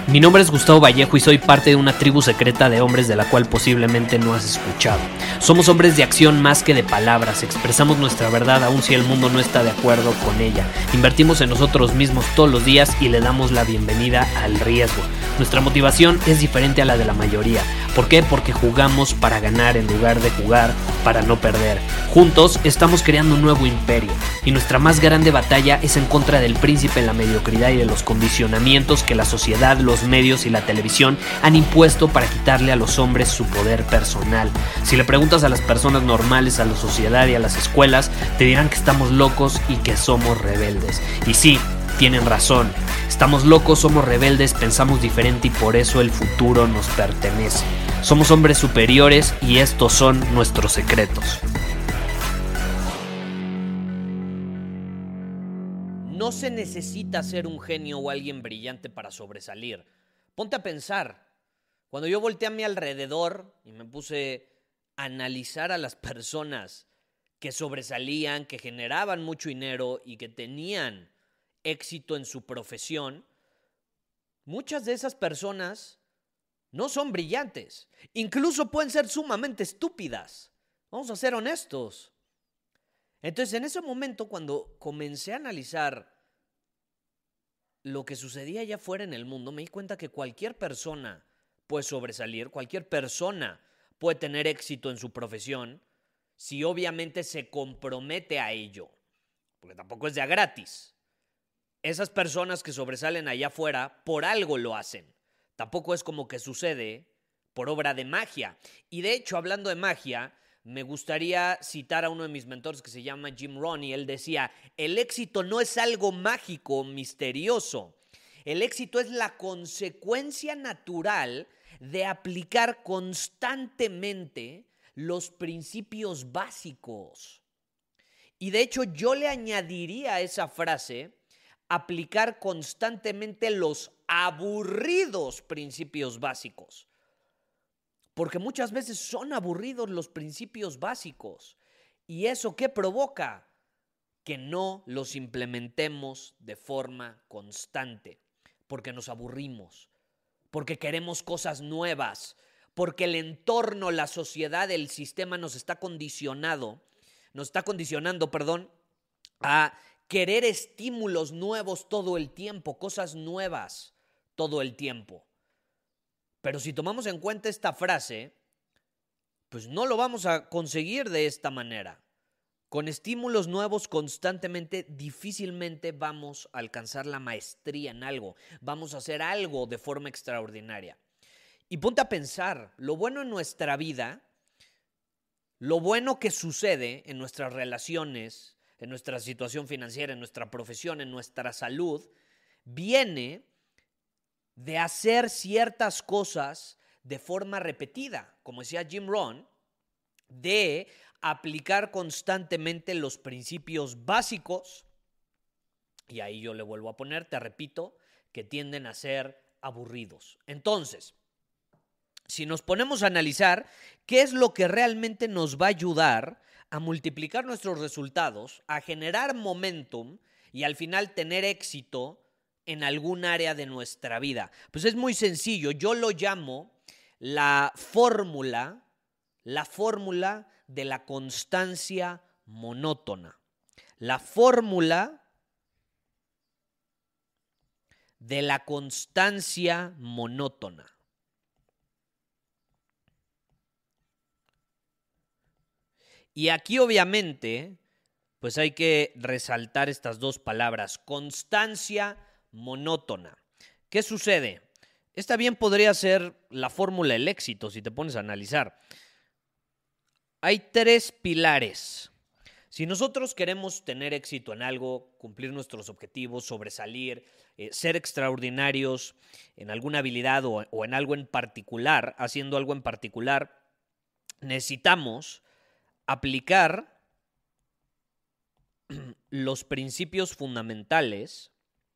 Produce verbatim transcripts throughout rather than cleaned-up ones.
Mi nombre es Gustavo Vallejo y soy parte de una tribu secreta de hombres de la cual posiblemente no has escuchado. Somos hombres de acción más que de palabras, expresamos nuestra verdad aun si el mundo no está de acuerdo con ella. Invertimos en nosotros mismos todos los días y le damos la bienvenida al riesgo. Nuestra motivación es diferente a la de la mayoría. ¿Por qué? Porque jugamos para ganar en lugar de jugar para no perder. Juntos estamos creando un nuevo imperio y nuestra más grande batalla es en contra del príncipe, la mediocridad y de los condicionamientos que la sociedad, los medios y la televisión han impuesto para quitarle a los hombres su poder personal. Si le preguntas a las personas normales, a la sociedad y a las escuelas, te dirán que estamos locos y que somos rebeldes. Y sí, tienen razón. Estamos locos, somos rebeldes, pensamos diferente y por eso el futuro nos pertenece. Somos hombres superiores y estos son nuestros secretos. No se necesita ser un genio o alguien brillante para sobresalir. Ponte a pensar. Cuando yo volteé a mi alrededor y me puse a analizar a las personas que sobresalían, que generaban mucho dinero y que tenían éxito en su profesión, muchas de esas personas no son brillantes. Incluso pueden ser sumamente estúpidas. Vamos a ser honestos. Entonces, en ese momento, cuando comencé a analizar lo que sucedía allá afuera en el mundo, me di cuenta que cualquier persona puede sobresalir, cualquier persona puede tener éxito en su profesión, si obviamente se compromete a ello, porque tampoco es de a gratis. Esas personas que sobresalen allá afuera, por algo lo hacen. Tampoco es como que sucede por obra de magia. Y de hecho, hablando de magia, me gustaría citar a uno de mis mentores que se llama Jim Rohn, y él decía: el éxito no es algo mágico, misterioso. El éxito es la consecuencia natural de aplicar constantemente los principios básicos. Y de hecho, yo le añadiría a esa frase: aplicar constantemente los aburridos principios básicos. Porque muchas veces son aburridos los principios básicos. ¿Y eso qué provoca? Que no los implementemos de forma constante. Porque nos aburrimos. Porque queremos cosas nuevas. Porque el entorno, la sociedad, el sistema nos está condicionado. Nos está condicionando, perdón, a querer estímulos nuevos todo el tiempo. Cosas nuevas todo el tiempo. Pero si tomamos en cuenta esta frase, pues no lo vamos a conseguir de esta manera. Con estímulos nuevos constantemente, difícilmente vamos a alcanzar la maestría en algo. Vamos a hacer algo de forma extraordinaria. Y ponte a pensar, lo bueno en nuestra vida, lo bueno que sucede en nuestras relaciones, en nuestra situación financiera, en nuestra profesión, en nuestra salud, viene de hacer ciertas cosas de forma repetida, como decía Jim Rohn, de aplicar constantemente los principios básicos, y ahí yo le vuelvo a poner, te repito, que tienden a ser aburridos. Entonces, si nos ponemos a analizar qué es lo que realmente nos va a ayudar a multiplicar nuestros resultados, a generar momentum y al final tener éxito en algún área de nuestra vida, pues es muy sencillo. Yo lo llamo la fórmula, la fórmula de la constancia monótona. La fórmula de la constancia monótona. Y aquí obviamente, pues hay que resaltar estas dos palabras, constancia monótona. ¿Qué sucede? Esta bien podría ser la fórmula del éxito si te pones a analizar. Hay tres pilares. Si nosotros queremos tener éxito en algo, cumplir nuestros objetivos, sobresalir, eh, ser extraordinarios en alguna habilidad o, o en algo en particular, haciendo algo en particular, necesitamos aplicar los principios fundamentales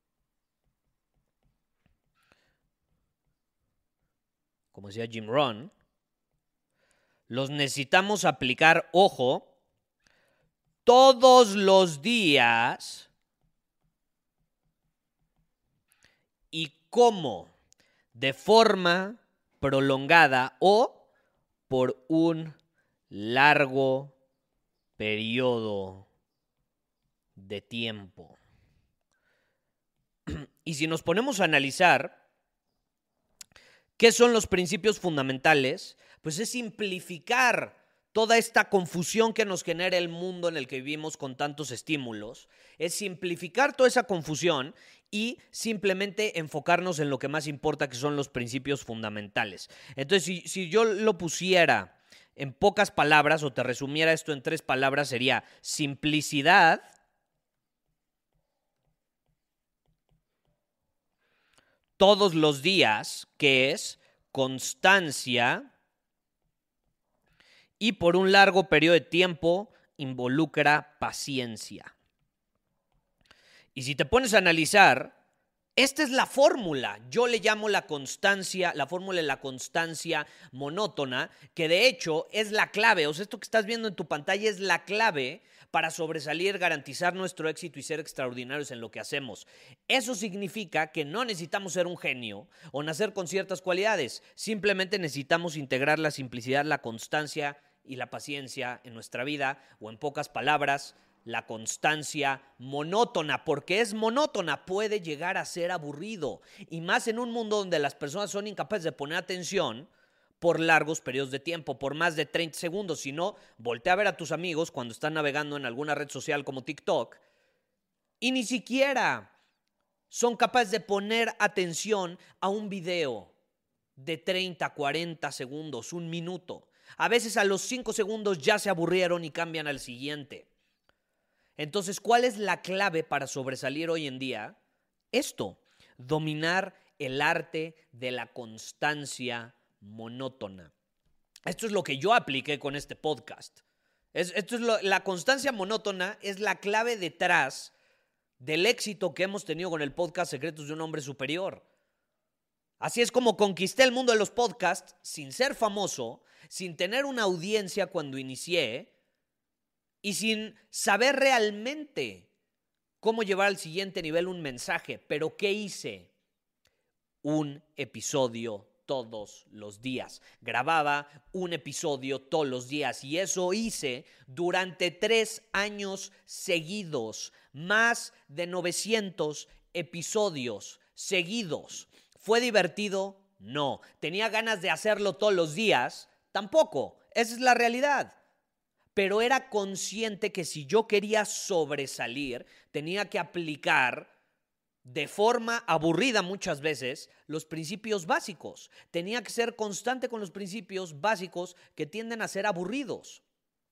como decía Jim Rohn, los necesitamos aplicar, ojo, todos los días. ¿Y cómo? de forma prolongada o por un largo periodo de tiempo. Y si nos ponemos a analizar qué son los principios fundamentales, pues es simplificar toda esta confusión que nos genera el mundo en el que vivimos con tantos estímulos, es simplificar toda esa confusión y simplemente enfocarnos en lo que más importa, que son los principios fundamentales. Entonces, si, si yo lo pusiera en pocas palabras o te resumiera esto en tres palabras, sería simplicidad, todos los días, que es constancia, y por un largo periodo de tiempo involucra paciencia. Y si te pones a analizar, esta es la fórmula. Yo le llamo la constancia, la fórmula de la constancia monótona, que de hecho es la clave. O sea, esto que estás viendo en tu pantalla es la clave para sobresalir, garantizar nuestro éxito y ser extraordinarios en lo que hacemos. Eso significa que no necesitamos ser un genio o nacer con ciertas cualidades. Simplemente necesitamos integrar la simplicidad, la constancia y la paciencia en nuestra vida, o en pocas palabras, la constancia monótona, porque es monótona, puede llegar a ser aburrido, y más en un mundo donde las personas son incapaces de poner atención por largos periodos de tiempo, por más de treinta segundos. Si no, voltea a ver a tus amigos cuando están navegando en alguna red social como TikTok y ni siquiera son capaces de poner atención a un video de treinta, cuarenta segundos, un minuto. A veces a los cinco segundos ya se aburrieron y cambian al siguiente. Entonces, ¿cuál es la clave para sobresalir hoy en día? Esto, dominar el arte de la constancia monótona. Esto es lo que yo apliqué con este podcast. Es, esto es lo, la constancia monótona es la clave detrás del éxito que hemos tenido con el podcast Secretos de un Hombre Superior. Así es como conquisté el mundo de los podcasts sin ser famoso, sin tener una audiencia cuando inicié y sin saber realmente cómo llevar al siguiente nivel un mensaje. Pero ¿qué hice? Un episodio todos los días. Grababa un episodio todos los días y eso hice durante tres años seguidos. Más de novecientos episodios seguidos. ¿Fue divertido? No. ¿Tenía ganas de hacerlo todos los días? Tampoco. Esa es la realidad. Pero era consciente que si yo quería sobresalir, tenía que aplicar de forma aburrida muchas veces los principios básicos. Tenía que ser constante con los principios básicos que tienden a ser aburridos.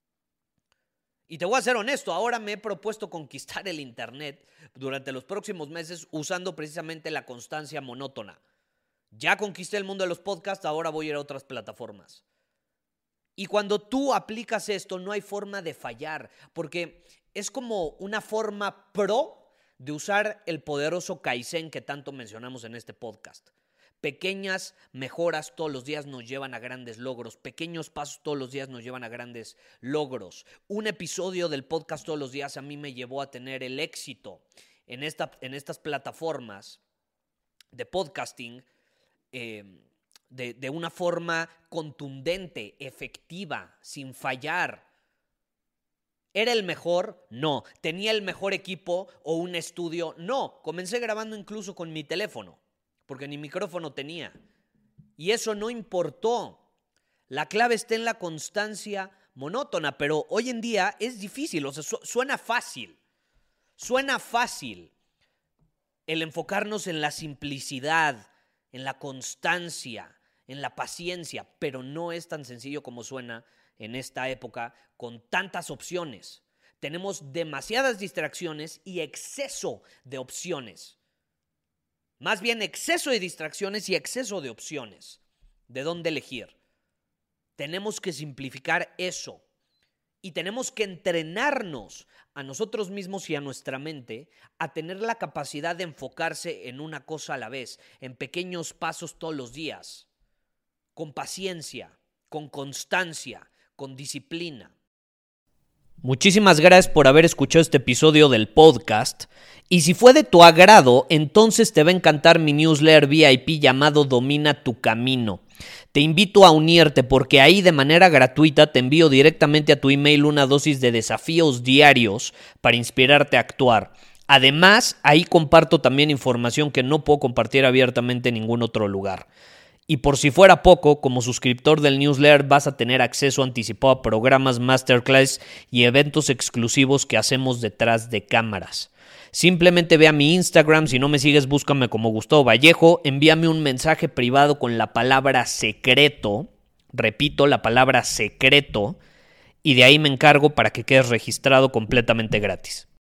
Y te voy a ser honesto, ahora me he propuesto conquistar el internet durante los próximos meses usando precisamente la constancia monótona. Ya conquisté el mundo de los podcasts, ahora voy a ir a otras plataformas. Y cuando tú aplicas esto, no hay forma de fallar, porque es como una forma pro de usar el poderoso Kaizen que tanto mencionamos en este podcast. Pequeñas mejoras todos los días nos llevan a grandes logros. Pequeños pasos todos los días nos llevan a grandes logros. Un episodio del podcast todos los días a mí me llevó a tener el éxito en, esta, en estas plataformas de podcasting eh, de, de una forma contundente, efectiva, sin fallar. ¿Era el mejor? No. ¿Tenía el mejor equipo o un estudio? No. Comencé grabando incluso con mi teléfono, porque ni micrófono tenía. Y eso no importó. La clave está en la constancia monótona, pero hoy en día es difícil, o sea, su- suena fácil. Suena fácil el enfocarnos en la simplicidad, en la constancia, en la paciencia, pero no es tan sencillo como suena en esta época con tantas opciones. Tenemos demasiadas distracciones y exceso de opciones. Más bien exceso de distracciones y exceso de opciones. ¿De dónde elegir? Tenemos que simplificar eso y tenemos que entrenarnos a nosotros mismos y a nuestra mente a tener la capacidad de enfocarse en una cosa a la vez, en pequeños pasos todos los días, con paciencia, con constancia, con disciplina. Muchísimas gracias por haber escuchado este episodio del podcast. Y si fue de tu agrado, entonces te va a encantar mi newsletter V I P llamado Domina tu Camino. Te invito a unirte porque ahí de manera gratuita te envío directamente a tu email una dosis de desafíos diarios para inspirarte a actuar. Además, ahí comparto también información que no puedo compartir abiertamente en ningún otro lugar. Y por si fuera poco, como suscriptor del newsletter vas a tener acceso anticipado a programas, masterclass y eventos exclusivos que hacemos detrás de cámaras. Simplemente ve a mi Instagram, si no me sigues búscame como Gustavo Vallejo, envíame un mensaje privado con la palabra secreto, repito, la palabra secreto, y de ahí me encargo para que quedes registrado completamente gratis.